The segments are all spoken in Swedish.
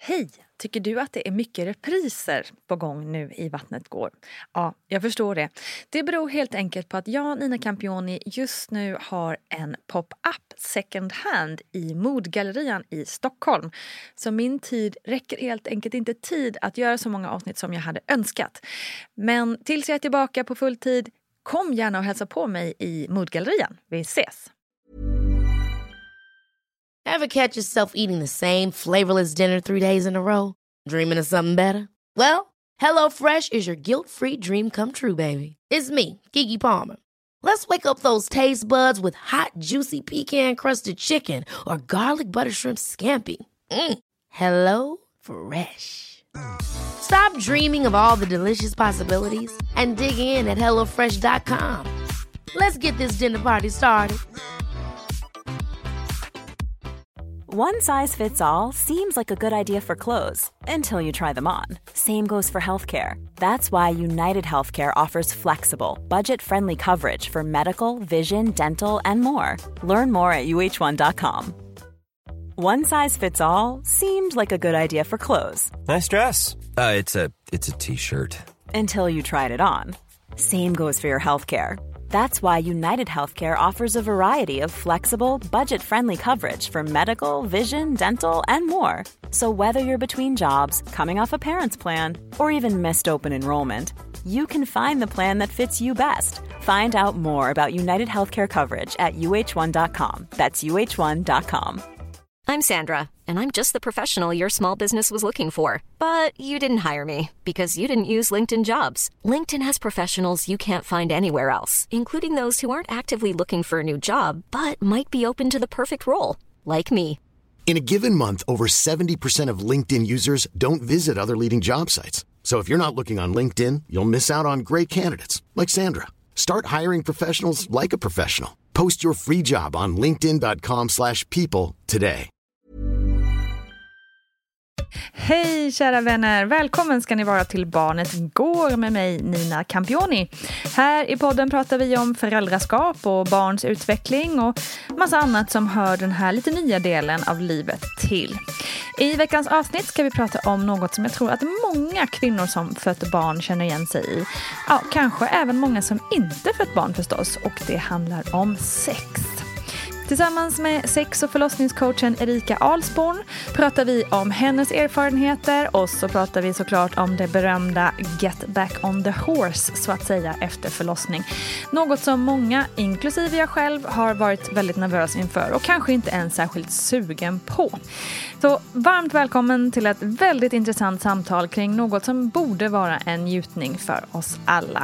Hej! Tycker du att det är mycket repriser på gång nu i Vattnet går? Ja, jag förstår det. Det beror helt enkelt på att jag, Nina Campioni, just nu har en pop-up second hand i Modgallerian i Stockholm. Så min tid räcker helt enkelt inte tid att göra så många avsnitt som jag hade önskat. Men tills jag är tillbaka på full tid, kom gärna och hälsa på mig i Modgallerian. Vi ses! Ever catch yourself eating the same flavorless dinner 3 days in a row? Dreaming of something better? Well, HelloFresh is your guilt-free dream come true, baby. It's me, Keke Palmer. Let's wake up those taste buds with hot, juicy pecan-crusted chicken or garlic butter shrimp scampi. Hello Fresh. Stop dreaming of all the delicious possibilities and dig in at HelloFresh.com. Let's get this dinner party started. One size fits all seems like a good idea for clothes until you try them on. Same goes for healthcare. That's why United Healthcare offers flexible, budget-friendly coverage for medical, vision, dental, and more. Learn more at uh1.com. One size fits all seemed like a good idea for clothes. Nice dress. It's a t-shirt. Until you tried it on. Same goes for your healthcare. That's why United Healthcare offers a variety of flexible, budget-friendly coverage for medical, vision, dental, and more. So whether you're between jobs, coming off a parent's plan, or even missed open enrollment, you can find the plan that fits you best. Find out more about United Healthcare coverage at uh1.com. That's uh1.com. I'm Sandra, and I'm just the professional your small business was looking for. But you didn't hire me because you didn't use LinkedIn Jobs. LinkedIn has professionals you can't find anywhere else, including those who aren't actively looking for a new job, but might be open to the perfect role, like me. In a given month, over 70% of LinkedIn users don't visit other leading job sites. So if you're not looking on LinkedIn, you'll miss out on great candidates, like Sandra. Start hiring professionals like a professional. Post your free job on linkedin.com/people today. Hej kära vänner, välkommen ska ni vara till Barnet går med mig Nina Campioni. Här i podden pratar vi om föräldraskap och barns utveckling och massa annat som hör den här lite nya delen av livet till. I veckans avsnitt ska vi prata om något som jag tror att många kvinnor som fött barn känner igen sig i. Ja, kanske även många som inte fött barn förstås, och det handlar om sex. Tillsammans med sex- och förlossningscoachen Erika Alsborn pratar vi om hennes erfarenheter, och så pratar vi såklart om det berömda get back on the horse så att säga efter förlossning. Något som många, inklusive jag själv, har varit väldigt nervös inför och kanske inte ens särskilt sugen på. Så varmt välkommen till ett väldigt intressant samtal kring något som borde vara en njutning för oss alla.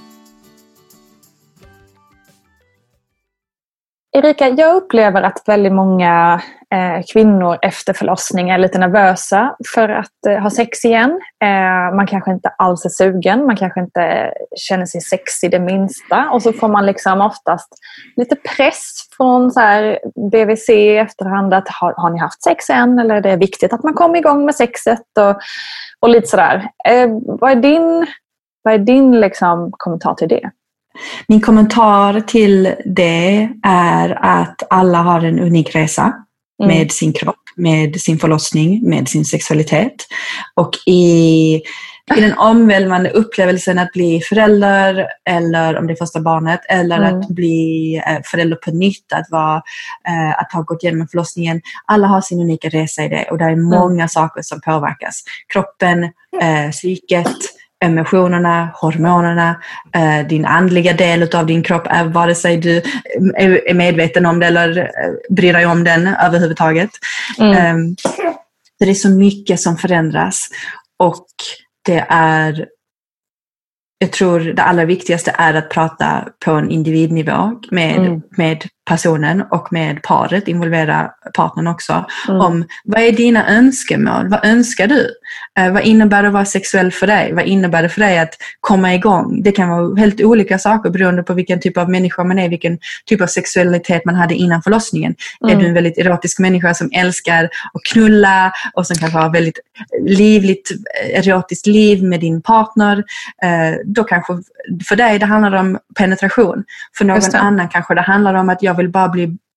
Erika, jag upplever att väldigt många kvinnor efter förlossning är lite nervösa för att ha sex igen. Man kanske inte alls är sugen, man kanske inte känner sig sexig det minsta. Och så får man liksom oftast lite press från så här BVC i efterhand att har ni haft sex än? Eller är det viktigt att man kommer igång med sexet? Och lite sådär. Vad är din liksom kommentar till det? Min kommentar till det är att alla har en unik resa med sin kropp, med sin förlossning, med sin sexualitet. Och i den omvälvande upplevelsen att bli förälder, eller om det är första barnet, eller att bli förälder på nytt, att ha gått igenom förlossningen. Alla har sin unika resa i det, och det är många saker som påverkas. Kroppen, psyket, emotionerna, hormonerna, din andliga del av din kropp, vare sig du är medveten om det eller bryr dig om den överhuvudtaget. Det är så mycket som förändras, och jag tror det allra viktigaste är att prata på en individnivå med personen och med paret, involvera partnern också, om vad är dina önskemål, vad önskar du? Vad innebär det att vara sexuell för dig? Vad innebär det för dig att komma igång? Det kan vara helt olika saker beroende på vilken typ av människa man är, vilken typ av sexualitet man hade innan förlossningen. Är du en väldigt erotisk människa som älskar att knulla och som kanske har väldigt livligt erotiskt liv med din partner, då kanske för dig det handlar om penetration. För någon annan kanske det handlar om att jag vill bara bli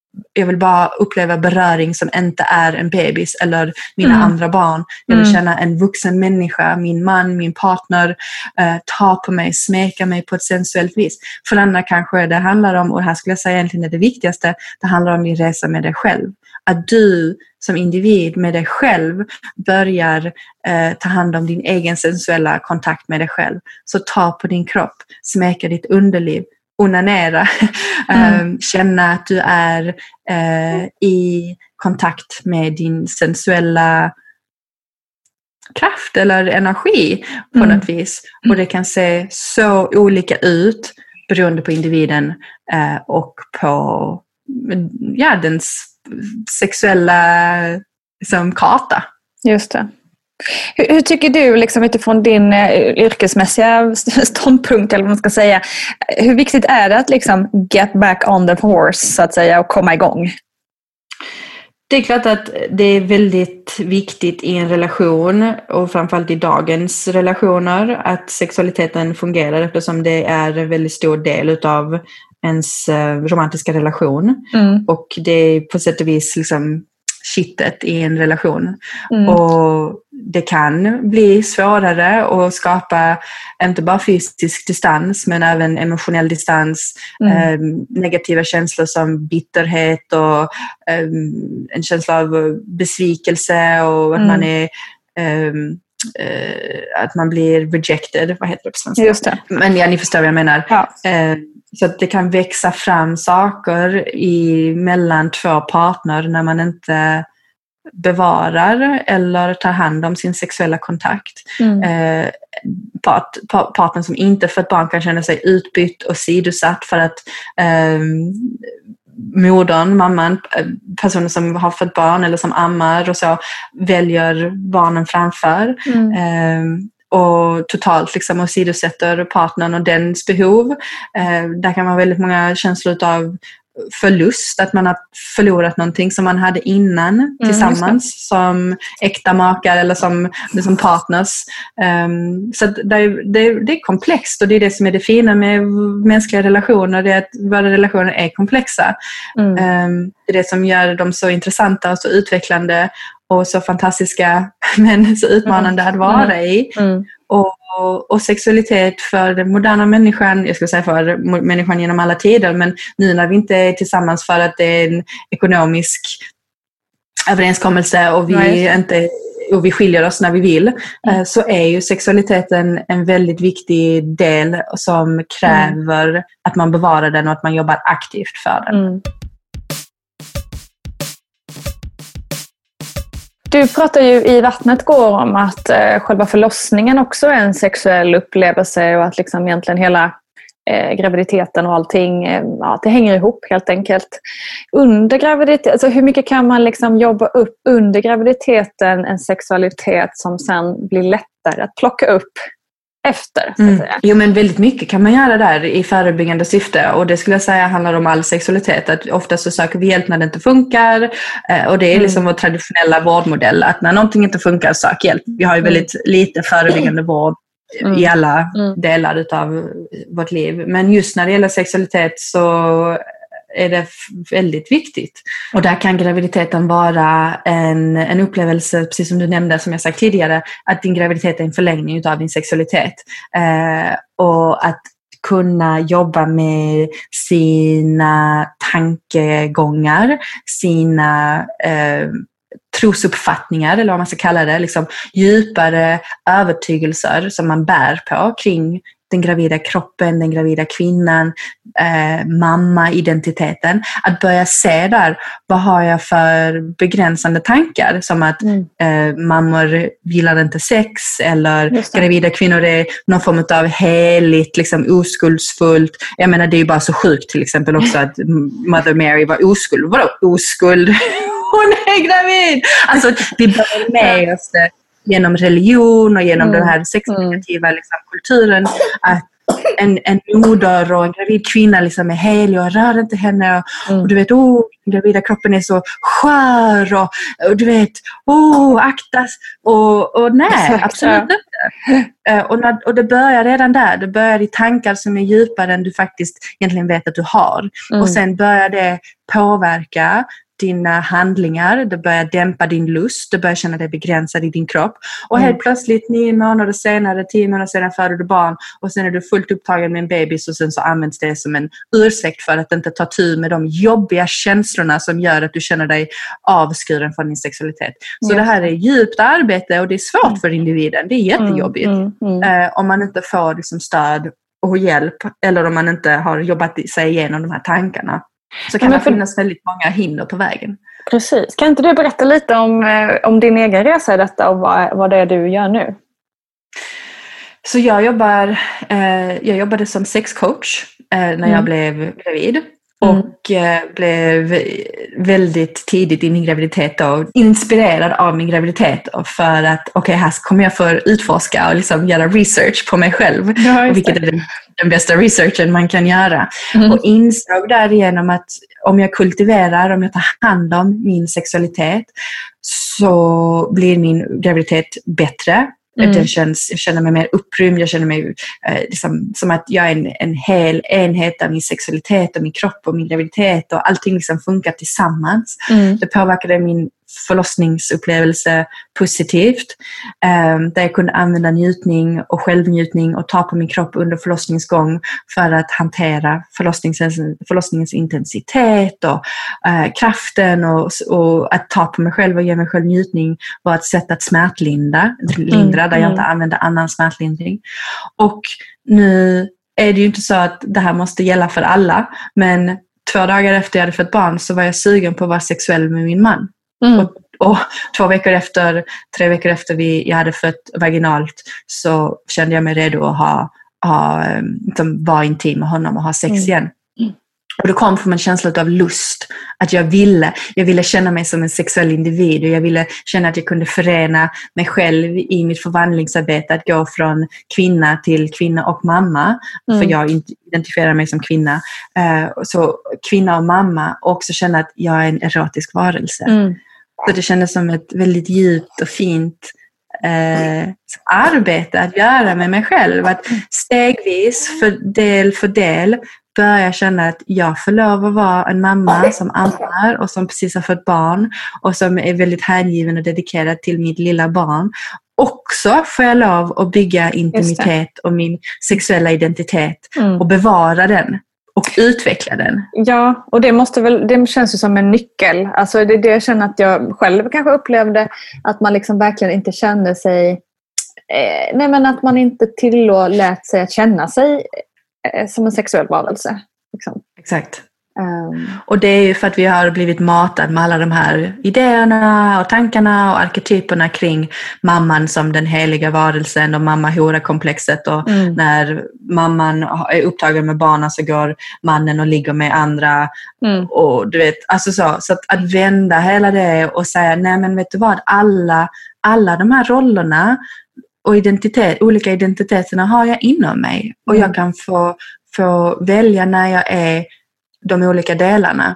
jag vill bara uppleva beröring som inte är en bebis eller mina andra barn. Jag vill känna en vuxen människa, min man, min partner, ta på mig, smeka mig på ett sensuellt vis. För andra kanske det handlar om, och här skulle jag säga egentligen är det viktigaste, det handlar om din resa med dig själv. Att du som individ med dig själv börjar ta hand om din egen sensuella kontakt med dig själv. Så ta på din kropp, smeka ditt underliv, onanera, känna att du är i kontakt med din sensuella kraft eller energi på något vis. Och det kan se så olika ut beroende på individen och på dens sexuella liksom, karta. Just det. Hur tycker du liksom, utifrån din yrkesmässiga ståndpunkt eller vad man ska säga, hur viktigt är det att liksom get back on the horse så att säga och komma igång? Det är klart att det är väldigt viktigt i en relation och framförallt i dagens relationer att sexualiteten fungerar eftersom det är en väldigt stor del av ens romantiska relation. Och det är på sätt och vis liksom kittet i en relation. Och det kan bli svårare att skapa inte bara fysisk distans men även emotionell distans, negativa känslor som bitterhet och en känsla av besvikelse och att man är att man blir rejected, vad heter det på svenska? Just det. Men ja, ni förstår vad jag menar. Ja. Så att det kan växa fram saker mellan två partner när man inte bevarar eller tar hand om sin sexuella kontakt. Partnern som inte fött barn kan känna sig utbytt och sidosatt för att modern, mamman, personer som har fött barn eller som ammar och så väljer barnen framför. Och totalt liksom åsidosätter partnern och dens behov. Där kan man ha väldigt många känslor av förlust, att man har förlorat någonting som man hade innan tillsammans som äkta makar eller som partners. Så det är komplext och det är det som är det fina med mänskliga relationer, det är att våra relationer är komplexa. Det är det som gör dem så intressanta och så utvecklande och så fantastiska men så utmanande att vara i. Och sexualitet för den moderna människan, jag skulle säga för människan genom alla tider, men nu när vi inte är tillsammans för att det är en ekonomisk överenskommelse och vi skiljer oss när vi vill, så är ju sexualiteten en väldigt viktig del som kräver att man bevarar den och att man jobbar aktivt för den. Du pratar ju i Vattnet går om att själva förlossningen också är en sexuell upplevelse och att liksom egentligen hela graviditeten och allting, det hänger ihop helt enkelt. Under graviditet, alltså hur mycket kan man liksom jobba upp under graviditeten en sexualitet som sen blir lättare att plocka upp efter, så att säga. Jo, men väldigt mycket kan man göra där i förebyggande syfte, och det skulle jag säga handlar om all sexualitet, att ofta så söker vi hjälp när det inte funkar, och det är liksom vår traditionella vårdmodell, att när någonting inte funkar, sök hjälp. Vi har ju väldigt lite förebyggande vård i alla delar av vårt liv, men just när det gäller sexualitet så är det väldigt viktigt. Och där kan graviditeten vara en upplevelse, precis som du nämnde, som jag sagt tidigare, att din graviditet är en förlängning av din sexualitet. Och att kunna jobba med sina tankegångar, sina trosuppfattningar, eller vad man ska kalla det, liksom djupare övertygelser som man bär på kring den gravida kroppen, den gravida kvinnan, mamma-identiteten. Att börja se där, vad har jag för begränsande tankar? Som att mammor gillar inte sex, eller gravida kvinnor är någon form av heligt, liksom oskuldsfullt. Jag menar, det är ju bara så sjukt till exempel också att Mother Mary var oskuld. Vadå oskuld? Hon är gravid! Alltså, vi börjar med oss det genom religion och genom den här sexnegativa liksom, kulturen, att en moder och en gravid kvinna liksom är helig och rör inte henne och du vet, den gravida kroppen är så skör och du vet, aktas och nej, exakt, absolut inte. Och det börjar redan där, det börjar i tankar som är djupare än du faktiskt egentligen vet att du har och sen börjar det påverka dina handlingar, det börjar dämpa din lust, du börjar känna dig begränsad i din kropp och helt plötsligt 9 månader senare, 10 månader senare föder du barn och sen är du fullt upptagen med en bebis och sen så används det som en ursäkt för att inte ta tur med de jobbiga känslorna som gör att du känner dig avskuren från din sexualitet. Så det här är djupt arbete och det är svårt för individen, det är jättejobbigt om man inte får liksom stöd och hjälp eller om man inte har jobbat sig igenom de här tankarna. Så kan det finnas väldigt många hinder på vägen. Precis. Kan inte du berätta lite om din egen resa i detta och vad det är du gör nu? Så jag jobbade som sexcoach när jag blev gravid. Och blev väldigt tidigt i min graviditet och inspirerad av min graviditet för att här kommer jag få utforska och liksom göra research på mig själv. Och vilket är den bästa researchen man kan göra. Och insåg därigenom att om jag tar hand om min sexualitet så blir min graviditet bättre. Jag känner mig mer upprymd, jag känner mig liksom, som att jag är en hel enhet av min sexualitet och min kropp och min graviditet och allting liksom funkar tillsammans. Det påverkade min förlossningsupplevelse positivt, där jag kunde använda njutning och självnjutning och ta på min kropp under förlossningsgång för att hantera förlossningens intensitet och kraften och att ta på mig själv och ge mig själv njutning var ett sätt att smärtlindra där jag inte använde annan smärtlindring. Och nu är det ju inte så att det här måste gälla för alla, men 2 dagar efter jag hade fått barn så var jag sugen på att vara sexuell med min man. Och 3 veckor efter jag hade fött vaginalt så kände jag mig redo att vara intim med honom och ha sex igen. Och det kom från en känsla av lust, att jag ville känna mig som en sexuell individ och jag ville känna att jag kunde förena mig själv i mitt förvandlingsarbete, att gå från kvinna till kvinna och mamma, för jag identifierar mig som kvinna, så kvinna och mamma, och också känna att jag är en erotisk varelse. Så det kändes som ett väldigt djupt och fint arbete att göra med mig själv, att stegvis för del börja känna att jag får lov att vara en mamma som ammar och som precis har fått barn och som är väldigt hängiven och dedikerad till mitt lilla barn. Också får jag lov att bygga intimitet och min sexuella identitet och bevara den och utveckla den. Ja, och det känns ju som en nyckel. Alltså det jag känner att jag själv kanske upplevde, att man liksom verkligen inte kände sig men att man inte tillät sig att känna sig som en sexuell varelse. Liksom. Exakt. Och det är ju för att vi har blivit matade med alla de här idéerna och tankarna och arketyperna kring mamman som den heliga varelsen och mamma-hora-komplexet, och när mamman är upptagen med barnen så går mannen och ligger med andra och du vet, alltså så att vända hela det och säga, nej men vet du vad, alla de här rollerna och olika identiteterna har jag inom mig och jag kan få välja när jag är de olika delarna.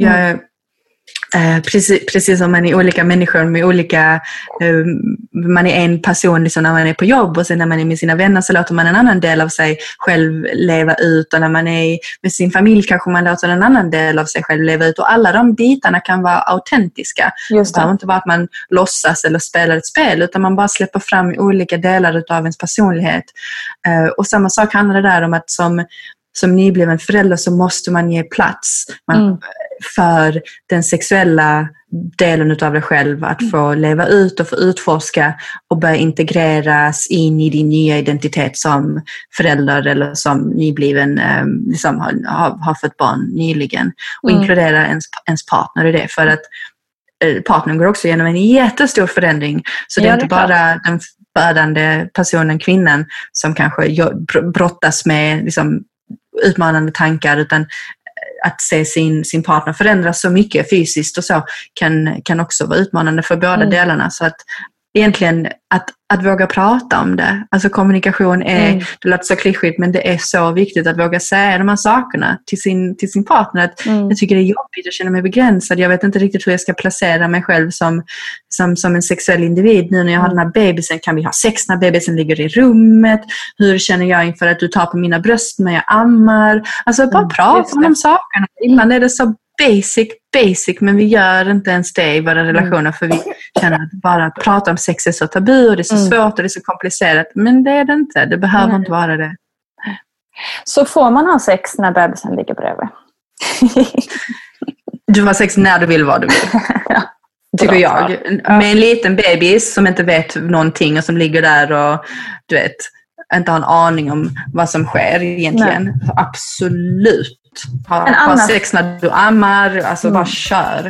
Precis som man är olika människor med olika, man är en person liksom när man är på jobb, och sen när man är med sina vänner så låter man en annan del av sig själv leva ut, och när man är med sin familj kanske man låter en annan del av sig själv leva ut, och alla de bitarna kan vara autentiska. Det behöver inte vara att man låtsas eller spelar ett spel, utan man bara släpper fram olika delar av ens personlighet. Och samma sak handlar det där om att som nybliven förälder så måste man ge plats för den sexuella delen av dig själv att få leva ut och få utforska och börja integreras in i din nya identitet som förälder eller som nybliven liksom har fått barn nyligen, och inkludera ens partner i det, för att partnern går också igenom en jättestor förändring, så det är inte bara den födande personen, kvinnan, som kanske brottas med liksom utmanande tankar, utan att se sin partner förändras så mycket fysiskt och så kan också vara utmanande för båda delarna. Så att egentligen att våga prata om det. Alltså kommunikation är, det låter så klyschigt, men det är så viktigt att våga säga de här sakerna till sin partner. Att jag tycker det är jobbigt, jag känner mig begränsad. Jag vet inte riktigt hur jag ska placera mig själv som en sexuell individ. Nu när jag har den här bebisen, kan vi ha sex när bebisen ligger i rummet? Hur känner jag inför att du tar på mina bröst när jag ammar? Alltså bara prata om de sakerna. Ibland är det så basic, men vi gör inte ens det i våra relationer för vi känner att bara prata om sex är så tabu och det är så svårt och det är så komplicerat. Men det är det inte, det behöver inte vara det. Så får man ha sex när bebisen ligger bredvid? Du har sex när du vill, vad du vill. Tycker jag. Med en liten bebis som inte vet någonting och som ligger där och du vet, inte har en aning om vad som sker egentligen. Nej. Absolut. Ha sex när du ammar, alltså bara kör.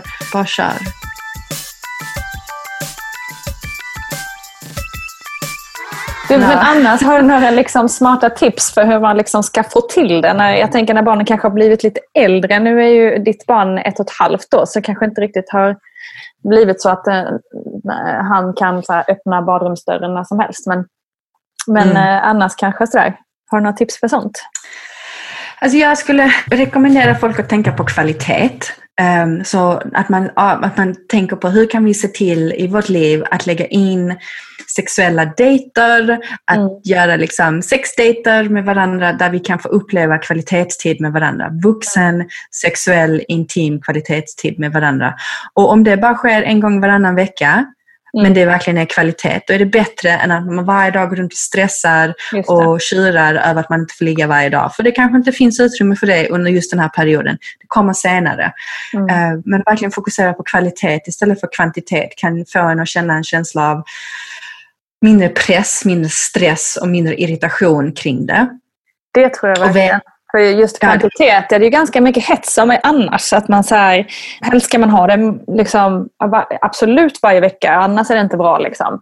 Men annars har du några liksom smarta tips för hur man liksom ska få till det? Jag tänker när barnen kanske har blivit lite äldre. Nu är ju ditt barn 1,5 då, så kanske inte riktigt har blivit så att han kan så här öppna badrumsdörren när som helst. Men annars kanske sådär. Har du några tips för sånt? Alltså jag skulle rekommendera folk att tänka på kvalitet. Så att man tänker på hur kan vi se till i vårt liv att lägga in sexuella dejter, att göra liksom sexdejter med varandra där vi kan få uppleva kvalitetstid med varandra. Vuxen, sexuell, intim kvalitetstid med varandra. Och om det bara sker en gång varannan vecka, men det verkligen är kvalitet, då är det bättre än att man varje dag går runt och stressar och tjurar över att man inte får ligga varje dag. För det kanske inte finns utrymme för det under just den här perioden. Det kommer senare. Men verkligen fokusera på kvalitet istället för kvantitet kan få en att känna en känsla av mindre press, mindre stress och mindre irritation kring det. Det tror jag verkligen. För just kvantitet är det ju ganska mycket hets om annars. Att man säger, helst ska man ha det liksom, absolut varje vecka, annars är det inte bra. Liksom.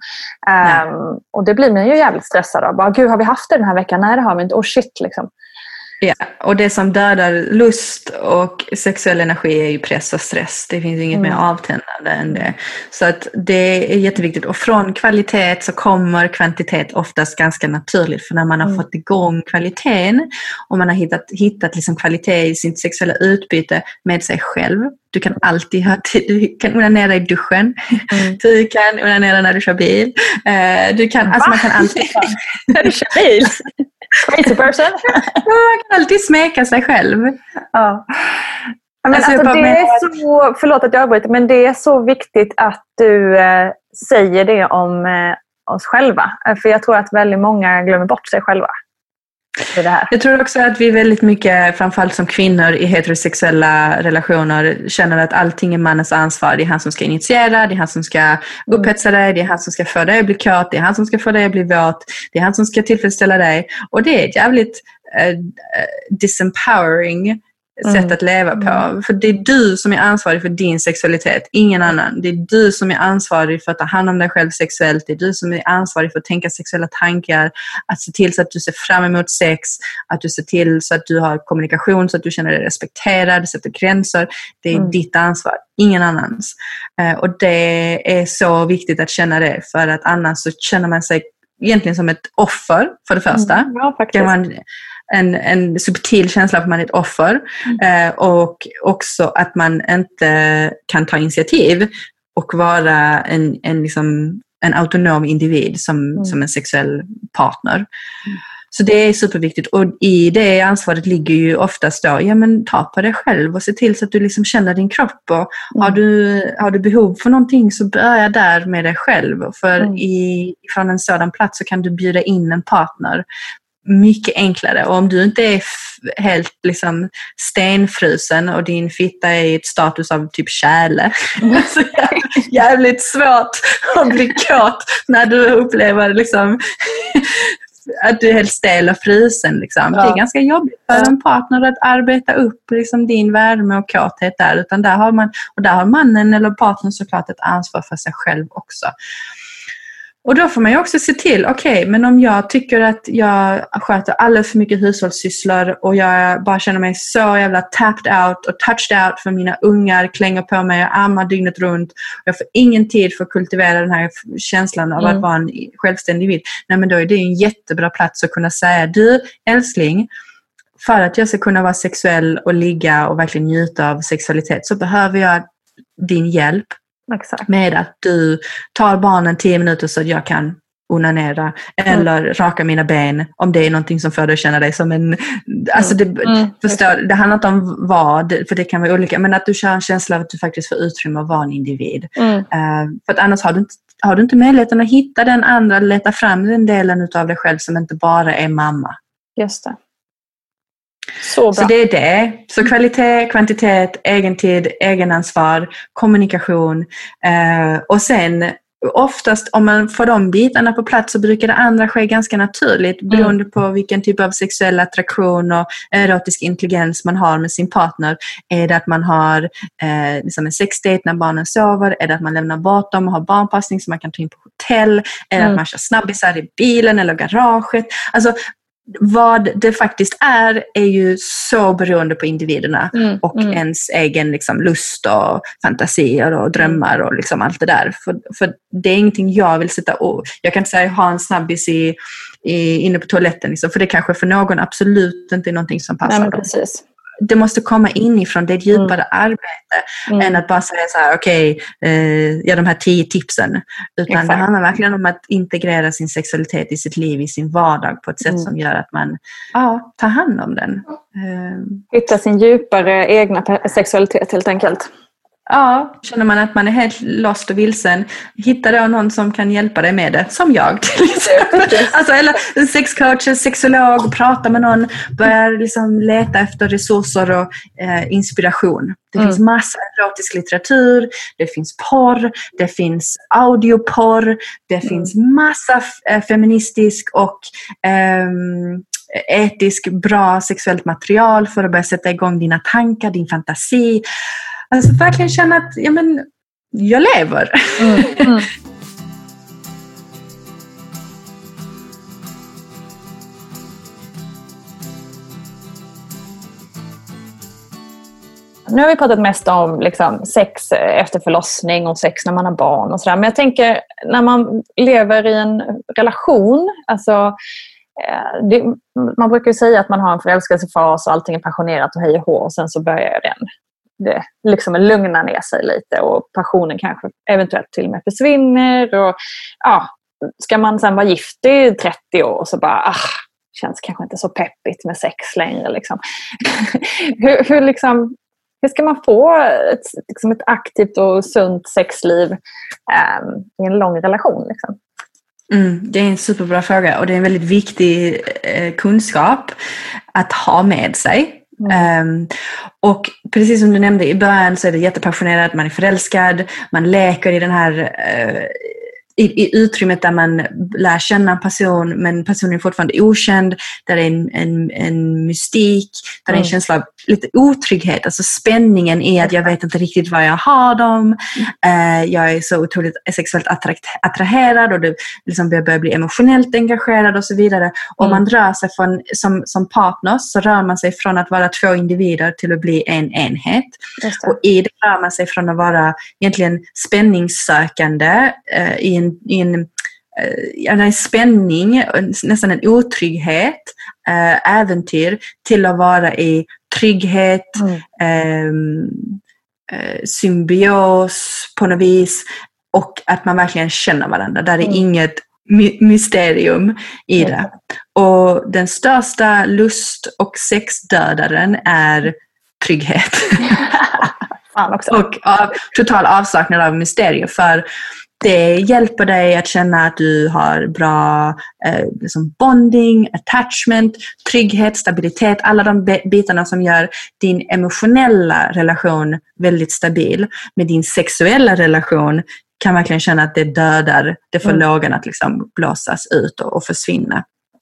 Och det blir man ju jävligt stressad av. Bara, gud, har vi haft det den här veckan? Nej, det har vi inte. Oh shit, liksom. Ja, och det som dödar lust och sexuell energi är ju press och stress. Det finns inget mer avtändande än det. Så att det är jätteviktigt. Och från kvalitet så kommer kvantitet oftast ganska naturligt. För när man har fått igång kvaliteten och man har hittat liksom kvalitet i sitt sexuella utbyte med sig själv. Du kan alltid du kan onanera i duschen. Du kan onanera när du kör bil. Man kan alltid när du kör bil. Crazy person. Man kan alltid smeka sig själv. Ja. Men alltså det är så, förlåt att jag avbryter, men det är så viktigt att du säger det om oss själva. För jag tror att väldigt många glömmer bort sig själva. Det här. Jag tror också att vi väldigt mycket, framförallt som kvinnor i heterosexuella relationer, känner att allting är mannens ansvar. Det är han som ska initiera, det är han som ska upphetsa dig, det är han som ska få dig att bli kåt, det är han som ska få dig att bli våt, det är han som ska tillfredsställa dig. Och det är ett jävligt disempowering sätt att leva på. För det är du som är ansvarig för din sexualitet, ingen annan. Det är du som är ansvarig för att ta hand om dig själv sexuellt. Det är du som är ansvarig för att tänka sexuella tankar, att se till så att du ser fram emot sex, att du ser till så att du har kommunikation, så att du känner dig respekterad, sätter gränser. Det är ditt ansvar, ingen annans. Och det är så viktigt att känna det, för att annars så känner man sig egentligen som ett offer för det första. Ja, faktiskt. En subtil känsla att man är ett offer och också att man inte kan ta initiativ och vara en autonom individ som en sexuell partner. Så det är superviktigt, och i det ansvaret ligger ju oftast då, ta på dig själv och se till så att du liksom känner din kropp, och har du behov för någonting så börja där med dig själv, för från en sådan plats så kan du bjuda in en partner mycket enklare. Och om du inte är helt liksom stenfrusen och din fitta är i ett status av typ kärle, så jävligt svårt att bli kåt när du upplever liksom att du är helt stel och frusen. Liksom. Ja. Det är ganska jobbigt för en partner att arbeta upp liksom din värme och kåthet där. Utan där har mannen eller partnern såklart ett ansvar för sig själv också. Och då får man ju också se till, okej, men om jag tycker att jag sköter alldeles för mycket hushållssysslor och jag bara känner mig så jävla tapped out och touched out för mina ungar klänger på mig och ammar dygnet runt. Och jag får ingen tid för att kultivera den här känslan av att vara en självständig individ. Nej, men då är det en jättebra plats att kunna säga, du älskling, för att jag ska kunna vara sexuell och ligga och verkligen njuta av sexualitet så behöver jag din hjälp. Exakt. Med att du tar barnen 10 minuter så att jag kan onanera eller raka mina ben om det är någonting som får dig att känna dig som en... Alltså förstår, det handlar inte om vad, för det kan vara olika, men att du kör en känsla av att du faktiskt får utrymme att vara en individ. För att annars har du inte möjligheten att hitta den andra, leta fram den delen av dig själv som inte bara är mamma. Just det. Så bra. Så det är det. Så kvalitet, kvantitet, egentid, egenansvar, kommunikation. Och sen oftast om man får de bitarna på plats så brukar det andra ske ganska naturligt beroende på vilken typ av sexuell attraktion och erotisk intelligens man har med sin partner. Är det att man har liksom en sexdate när barnen sover? Är det att man lämnar bort dem och har barnpassning så man kan ta in på hotell? Är det att man kör snabbisar i bilen eller garaget? Alltså vad det faktiskt är ju så beroende på individerna och ens egen liksom, lust och fantasier och drömmar och liksom allt det där. För det är ingenting jag vill sätta jag kan inte säga ha en snabbis inne på toaletten liksom, för det kanske för någon absolut inte är någonting som passar. Nej, men precis. Det måste komma inifrån, det är ett djupare arbete än att bara säga så här, okej, de här 10 tipsen. Utan det handlar verkligen om att integrera sin sexualitet i sitt liv, i sin vardag på ett sätt som gör att man tar hand om den. Hitta sin djupare egna sexualitet helt enkelt. Ja, känner man att man är helt lost och vilsen, hitta då någon som kan hjälpa dig med det, som jag till exempel. Alltså, eller en sexcoach, en sexolog, prata med någon, börja liksom leta efter resurser och inspiration. Det finns massa erotisk litteratur, det finns porr, det finns audioporr, det finns massa feministisk och etisk bra sexuellt material för att börja sätta igång dina tankar, din fantasi. Alltså verkligen känna att jag lever. Nu har vi pratat mest om liksom, sex efter förlossning och sex när man har barn och sådär. Men jag tänker när man lever i en relation, alltså man brukar ju säga att man har en förälskelsefas och allting är passionerat och hej och hå och sen så börjar det liksom lugna ner sig lite och passionen kanske eventuellt till och med försvinner och ska man sen vara gift i 30 år och så bara känns kanske inte så peppigt med sex längre liksom. Hur ska man få ett aktivt och sunt sexliv i en lång relation liksom? Det är en superbra fråga och det är en väldigt viktig kunskap att ha med sig. Och precis som du nämnde i början så är det jättepassionerat, man är förälskad, man leker i den här i utrymmet där man lär känna en person men personen är fortfarande okänd, där det är en mystik, där det är en känsla av lite otrygghet, alltså spänningen är att jag vet inte riktigt vad jag har dem, jag är så otroligt sexuellt attraherad och det liksom börjar bli emotionellt engagerad och så vidare. Och man rör sig från, som partner så rör man sig från att vara 2 individer till att bli en enhet. Och i det rör man sig från att vara egentligen spänningssökande i en spänning, nästan en otrygghet, äventyr, till att vara i trygghet, symbios på något vis, och att man verkligen känner varandra. Där är inget mysterium i det. Och den största lust- och sexdödaren är trygghet. Och total avsaknad av mysterium, för det hjälper dig att känna att du har bra liksom bonding, attachment, trygghet, stabilitet, alla de bitarna som gör din emotionella relation väldigt stabil. Med din sexuella relation kan verkligen känna att det dödar, det får lågan att liksom blåsas ut och försvinna.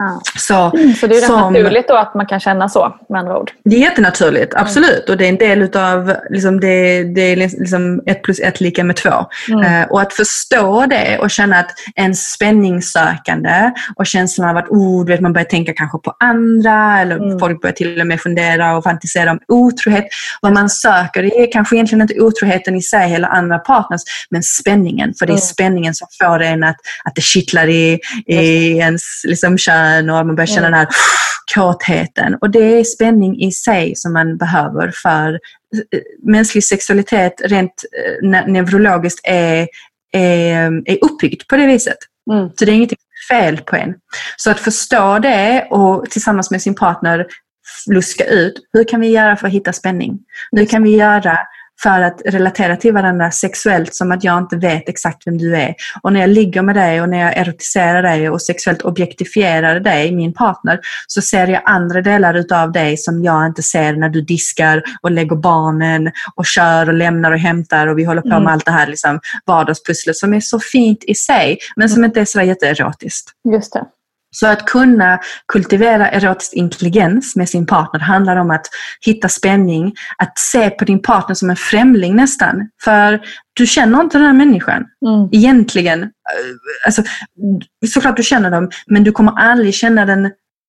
Så det är rätt naturligt då att man kan känna så, med andra ord. Det är jättenaturligt, absolut. Och det är en del utav, liksom, det är liksom 1 + 1 = 2. Och att förstå det och känna att en spänningssökande och känslan av att man börjar tänka kanske på andra, eller folk börjar till och med fundera och fantisera om otrohet. Vad man söker, det är kanske egentligen inte otroheten i sig eller andra partners, men spänningen. För det är spänningen som får en att det kittlar i ens liksom kön, och man börjar känna den här kåtheten. Och det är spänning i sig som man behöver, för mänsklig sexualitet rent neurologiskt är uppbyggd på det viset. Så det är inget fel på en. Så att förstå det och tillsammans med sin partner luska ut, hur kan vi göra för att hitta spänning? Hur kan vi göra för att relatera till varandra sexuellt, som att jag inte vet exakt vem du är. Och när jag ligger med dig och när jag erotiserar dig och sexuellt objektifierar dig, min partner, så ser jag andra delar utav dig som jag inte ser när du diskar och lägger barnen och kör och lämnar och hämtar, och vi håller på med allt det här liksom vardagspusslet som är så fint i sig, men som inte är så jätteerotiskt. Just det. Så att kunna kultivera erotisk intelligens med sin partner handlar om att hitta spänning, att se på din partner som en främling nästan. För du känner inte den här människan egentligen. Alltså, såklart du känner dem, men du kommer aldrig känna den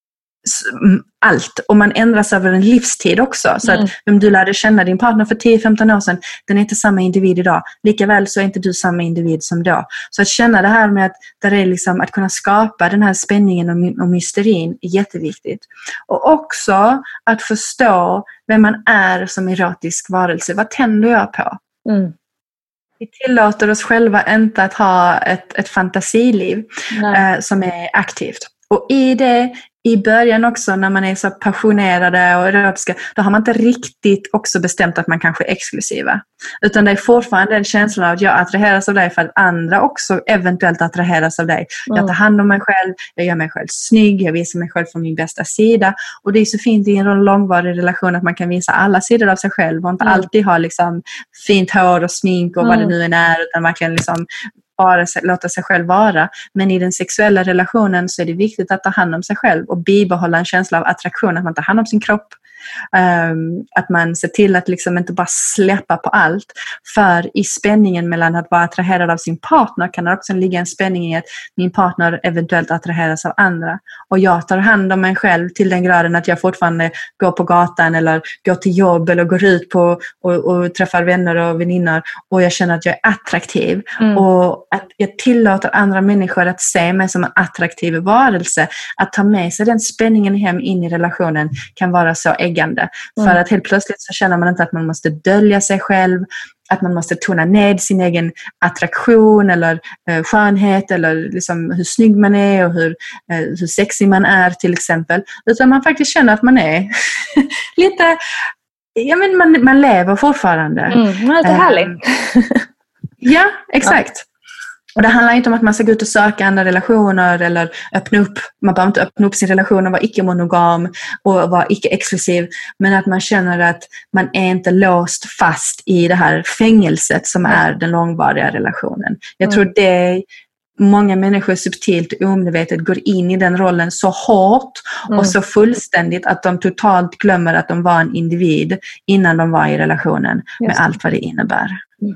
allt. Och man ändras över en livstid också. Så att vem du lärde känna din partner för 10-15 år sedan, den är inte samma individ idag. Likaväl så är inte du samma individ som då. Så att känna det här med att, där är liksom, att kunna skapa den här spänningen och mysterin är jätteviktigt. Och också att förstå vem man är som erotisk varelse. Vad tänder jag på? Vi tillåter oss själva inte att ha ett fantasiliv som är aktivt. Och i början också, när man är så passionerade och erotiska, då har man inte riktigt också bestämt att man kanske är exklusiva. Utan det är fortfarande en känsla av att jag attraheras av dig för att andra också eventuellt attraheras av dig. Jag tar hand om mig själv, jag gör mig själv snygg, jag visar mig själv från min bästa sida. Och det är så fint i en långvarig relation att man kan visa alla sidor av sig själv och inte alltid ha liksom fint hår och smink och vad det nu än är, utan verkligen liksom bara låta sig själv vara. Men i den sexuella relationen så är det viktigt att ta hand om sig själv och bibehålla en känsla av attraktion, att man tar hand om sin kropp, att man ser till att liksom inte bara släppa på allt. För i spänningen mellan att vara attraherad av sin partner kan det också ligga en spänning i att min partner eventuellt attraheras av andra. Och jag tar hand om mig själv till den graden att jag fortfarande går på gatan eller går till jobb eller går ut på och träffar vänner och väninnor, och jag känner att jag är attraktiv och att jag tillåter andra människor att se mig som en attraktiv varelse. Att ta med sig den spänningen hem in i relationen kan vara så äggande. För att helt plötsligt så känner man inte att man måste dölja sig själv, att man måste tona ned sin egen attraktion eller skönhet eller liksom hur snygg man är och hur sexig man är till exempel. Utan man faktiskt känner att man är lite, ja men man lever fortfarande. Man är lite härlig. Ja, exakt. Och det handlar inte om att man ska gå ut och söka andra relationer eller öppna upp. Man behöver inte öppna upp sin relation och vara icke-monogam och vara icke-exklusiv. Men att man känner att man är inte låst fast i det här fängelset som är den långvariga relationen. Jag tror det många människor subtilt och omedvetet går in i den rollen så hårt och så fullständigt att de totalt glömmer att de var en individ innan de var i relationen med allt vad det innebär.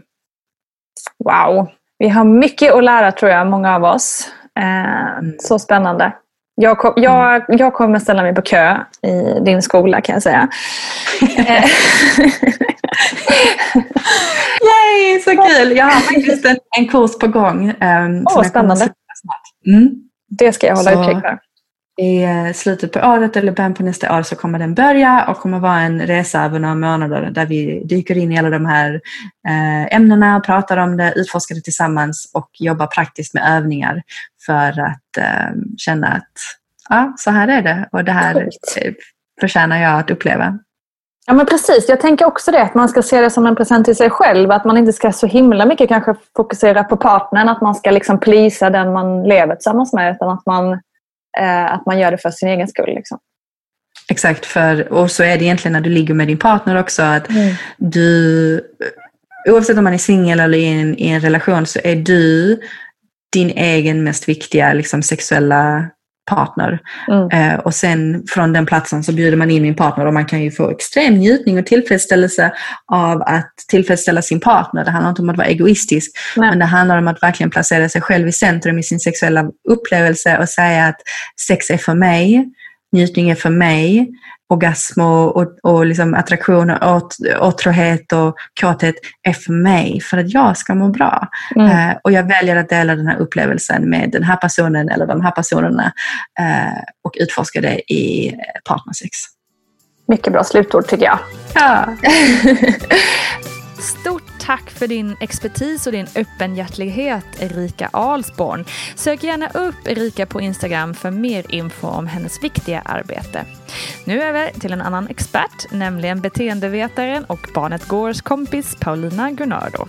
Wow. Vi har mycket att lära, tror jag, många av oss. Så spännande. Jag kommer ställa mig på kö i din skola, kan jag säga. Yay, så kul! Jag har faktiskt en kurs på gång. Spännande. Det ska jag hålla utkik för. I slutet på året eller början på nästa år så kommer den börja och kommer vara en resa över några månader där vi dyker in i alla de här ämnena, pratar om det, utforskar det tillsammans och jobbar praktiskt med övningar för att känna att så här är det och det här förtjänar jag att uppleva. Ja, men precis. Jag tänker också det, att man ska se det som en present till sig själv. Att man inte ska så himla mycket kanske fokusera på partnern, att man ska liksom plisa den man lever tillsammans med, utan att man gör det för sin egen skull. Liksom. Exakt, och så är det egentligen när du ligger med din partner också, att du, oavsett om man är singel eller i en relation, så är du din egen mest viktiga liksom, sexuella partner. Och sen från den platsen så bjuder man in min partner, och man kan ju få extrem njutning och tillfredsställelse av att tillfredsställa sin partner. Det handlar inte om att vara egoistisk, men det handlar om att verkligen placera sig själv i centrum i sin sexuella upplevelse och säga att sex är för mig, njutning är för mig, orgasm och liksom attraktion och åtråhet och kåthet är för mig, för att jag ska må bra. Och jag väljer att dela den här upplevelsen med den här personen eller de här personerna och utforska det i partnersex. Mycket bra slutord tycker jag. Ja. Stort tack för din expertis och din öppenhjärtlighet, Erika Alsborn. Sök gärna upp Erika på Instagram för mer info om hennes viktiga arbete. Nu över till en annan expert, nämligen beteendevetaren och Barnet Gårs kompis Paulina Gunnardo.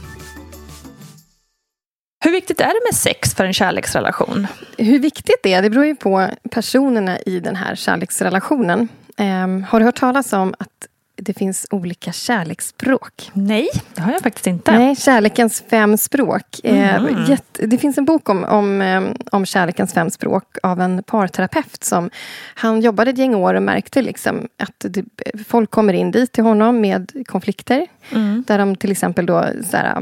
Hur viktigt är det med sex för en kärleksrelation? Hur viktigt det är, det beror ju på personerna i den här kärleksrelationen. Har du hört talas om att det finns olika kärleksspråk? Nej, det har jag faktiskt inte. Nej, kärlekens 5 språk. Det finns en bok om kärlekens 5 språk av en parterapeut som han jobbade ett gäng år och märkte liksom att folk kommer in dit till honom med konflikter. Där de till exempel då såhär,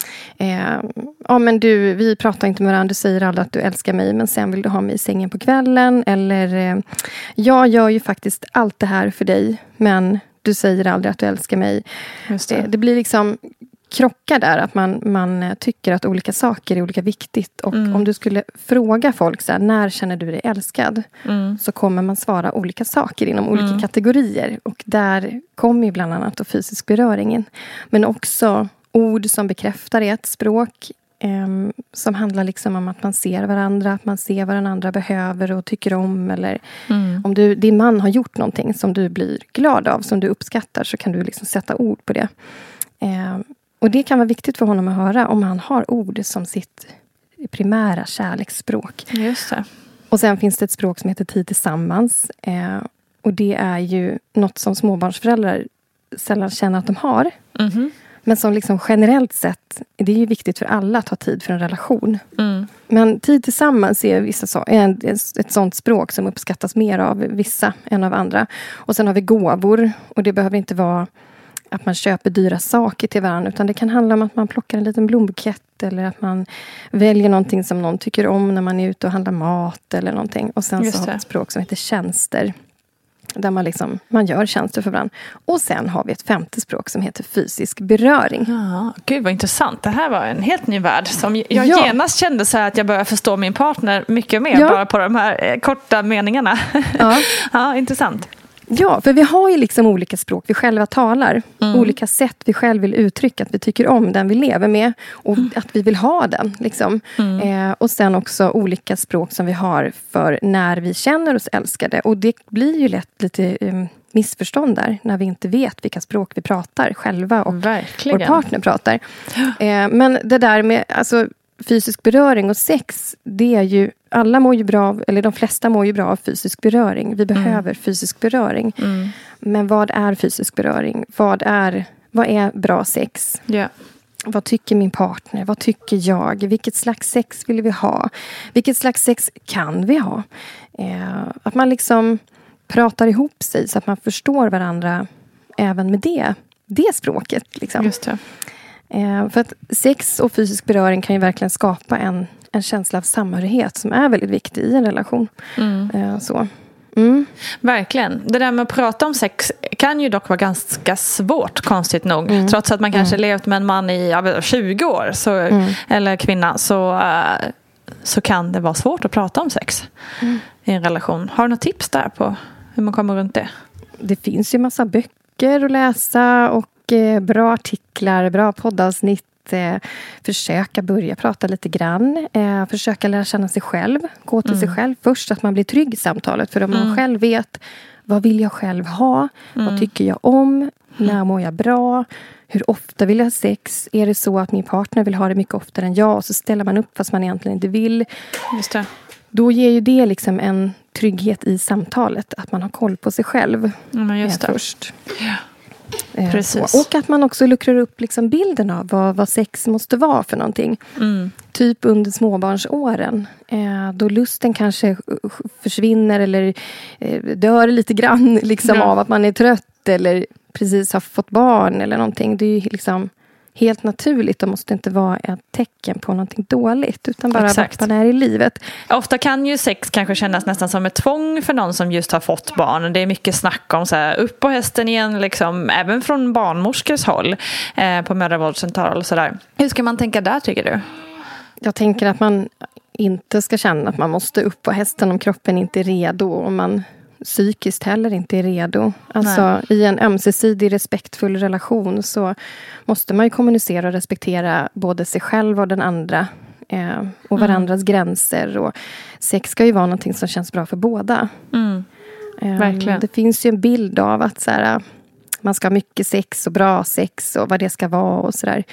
men vi pratar inte med varandra, du säger aldrig att du älskar mig, men sen vill du ha mig i sängen på kvällen, eller jag gör ju faktiskt allt det här för dig, men du säger aldrig att du älskar mig. Det blir liksom krockar där, att man tycker att olika saker är olika viktigt, och om du skulle fråga folk så här, när känner du dig älskad, så kommer man svara olika saker inom olika kategorier, och där kommer ju bland annat då fysisk beröring in, men också ord som bekräftar ett språk, som handlar liksom om att man ser varandra, att man ser vad den andra behöver och tycker om, eller om din man har gjort någonting som du blir glad av, som du uppskattar, så kan du liksom sätta ord på det. Och det kan vara viktigt för honom att höra om han har ord som sitt primära kärleksspråk. Just det. Och sen finns det ett språk som heter tid tillsammans, och det är ju något som småbarnsföräldrar sällan känner att de har. Men som liksom generellt sett, det är ju viktigt för alla att ha tid för en relation. Men tid tillsammans är ett sånt språk som uppskattas mer av vissa än av andra. Och sen har vi gåvor, och det behöver inte vara att man köper dyra saker till varandra, utan det kan handla om att man plockar en liten blombukett, eller att man väljer någonting som någon tycker om när man är ute och handlar mat eller någonting. Och sen så har vi ett språk som heter tjänster, där man gör tjänster för varandra. Och sen har vi ett 5:e språk som heter fysisk beröring. Ja, gud vad intressant. Det här var en helt ny värld som jag genast kände så här att jag började förstå min partner mycket mer bara på de här korta meningarna. Ja, intressant. Ja, för vi har ju liksom olika språk vi själva talar. Olika sätt vi själv vill uttrycka att vi tycker om den vi lever med. Och att vi vill ha den. Liksom. Och sen också olika språk som vi har för när vi känner oss älskade. Och det blir ju lätt lite missförstånd där. När vi inte vet vilka språk vi pratar själva. Och vår partner pratar. Men det där med fysisk beröring och sex, det är ju, alla mår ju bra av, eller de flesta mår ju bra av fysisk beröring. Vi behöver fysisk beröring. Men vad är fysisk beröring? Vad är bra sex? Yeah. Vad tycker min partner? Vad tycker jag? Vilket slags sex vill vi ha? Vilket slags sex kan vi ha? Att man liksom pratar ihop sig så att man förstår varandra även med det språket. Liksom. Just det. För att sex och fysisk beröring kan ju verkligen skapa en känsla av samhörighet som är väldigt viktig i en relation. Verkligen. Det där med att prata om sex kan ju dock vara ganska svårt, konstigt nog. Trots att man kanske levt med en man i 20 år eller kvinna, så kan det vara svårt att prata om sex i en relation. Har du några tips där på hur man kommer runt det? Det finns ju massa böcker att läsa och bra artiklar, bra poddavsnitt. Försöka börja prata lite grann. Försöka lära känna sig själv. Gå till sig själv först, så att man blir trygg i samtalet. För om man själv vet, vad vill jag själv ha? Vad tycker jag om? När mår jag bra? Hur ofta vill jag ha sex? Är det så att min partner vill ha det mycket oftare än jag? Och så ställer man upp fast man egentligen inte vill. Just det. Då ger ju det liksom en trygghet i samtalet. Att man har koll på sig själv. Just det. Först. Ja. Och att man också luckrar upp liksom bilden av vad sex måste vara för någonting. Typ under småbarnsåren. Då lusten kanske försvinner eller dör lite grann liksom, av att man är trött eller precis har fått barn eller någonting. Det är ju liksom helt naturligt och måste inte vara ett tecken på någonting dåligt utan bara vad man är i livet. Ofta kan ju sex kanske kännas nästan som ett tvång för någon som just har fått barn. Det är mycket snack om så här, upp på hästen igen liksom, även från barnmorskors håll på mödravårdscentral och sådär. Hur ska man tänka där, tycker du? Jag tänker att man inte ska känna att man måste upp på hästen om kroppen inte är redo och om man psykiskt heller inte är redo. Alltså i en ömsesidig respektfull relation så måste man ju kommunicera och respektera både sig själv och den andra och varandras gränser. Och sex ska ju vara någonting som känns bra för båda. Verkligen. Det finns ju en bild av att så här, man ska ha mycket sex och bra sex och vad det ska vara och sådär.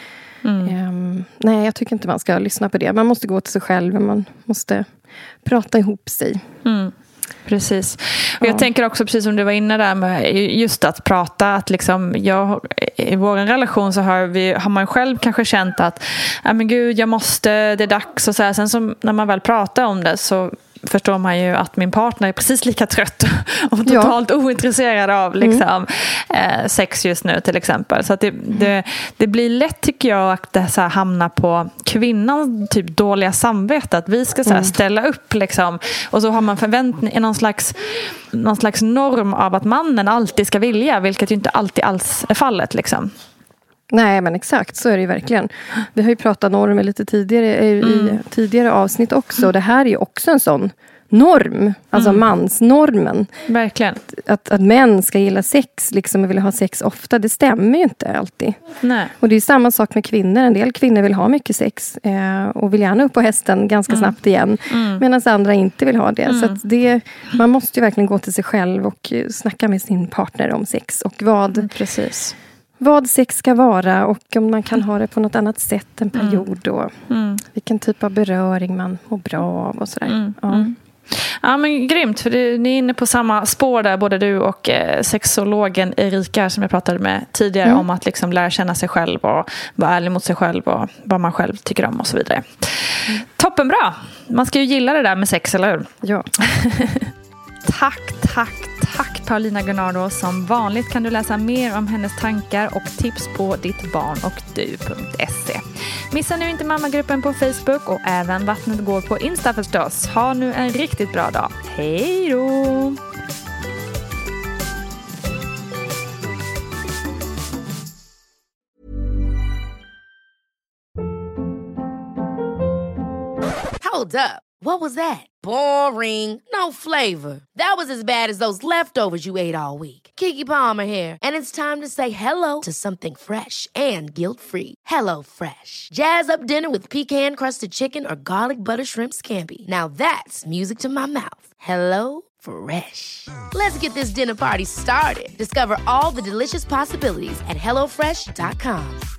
Nej, jag tycker inte man ska lyssna på det. Man måste gå till sig själv. Man måste prata ihop sig. Precis. Och jag tänker också, precis som du var inne där med just att prata, att liksom i vår relation så har man själv kanske känt att men gud, det är dags och så här. Sen så när man väl pratar om det så förstår man ju att min partner är precis lika trött och totalt ointresserad av liksom, sex just nu till exempel. Så att det blir lätt, tycker jag, att det så här hamnar på kvinnan typ dåliga samvete, att vi ska så här ställa upp liksom, och så har man förväntning, någon slags norm av att mannen alltid ska vilja, vilket ju inte alltid alls är fallet liksom. Nej, men exakt, så är det ju verkligen. Vi har ju pratat normer lite tidigare i tidigare avsnitt också. Och det här är ju också en sån norm. Alltså mansnormen. Verkligen. Att män ska gilla sex liksom, och vilja ha sex ofta, det stämmer ju inte alltid. Nej. Och det är samma sak med kvinnor. En del kvinnor vill ha mycket sex och vill gärna upp på hästen ganska snabbt igen. Medan andra inte vill ha det. Så att man måste ju verkligen gå till sig själv och snacka med sin partner om sex. Och vad sex ska vara och om man kan ha det på något annat sätt en period och vilken typ av beröring man mår bra av och sådär. Ja, men grymt, för ni är inne på samma spår där, både du och sexologen Erika som jag pratade med tidigare om att liksom lära känna sig själv och vara ärlig mot sig själv och vad man själv tycker om och så vidare. Toppenbra! Man ska ju gilla det där med sex, eller hur? Ja. Tack Paulina Gunnardo. Som vanligt kan du läsa mer om hennes tankar och tips på dittbarnochdu.se. Missa nu inte mammagruppen på Facebook och även Vattnet går på Insta förstås. Ha nu en riktigt bra dag. Hej då! Hold up. What was that? Boring. No flavor. That was as bad as those leftovers you ate all week. Keke Palmer here. And it's time to say hello to something fresh and guilt-free. Hello Fresh. Jazz up dinner with pecan-crusted chicken or garlic butter shrimp scampi. Now that's music to my mouth. Hello Fresh. Let's get this dinner party started. Discover all the delicious possibilities at HelloFresh.com.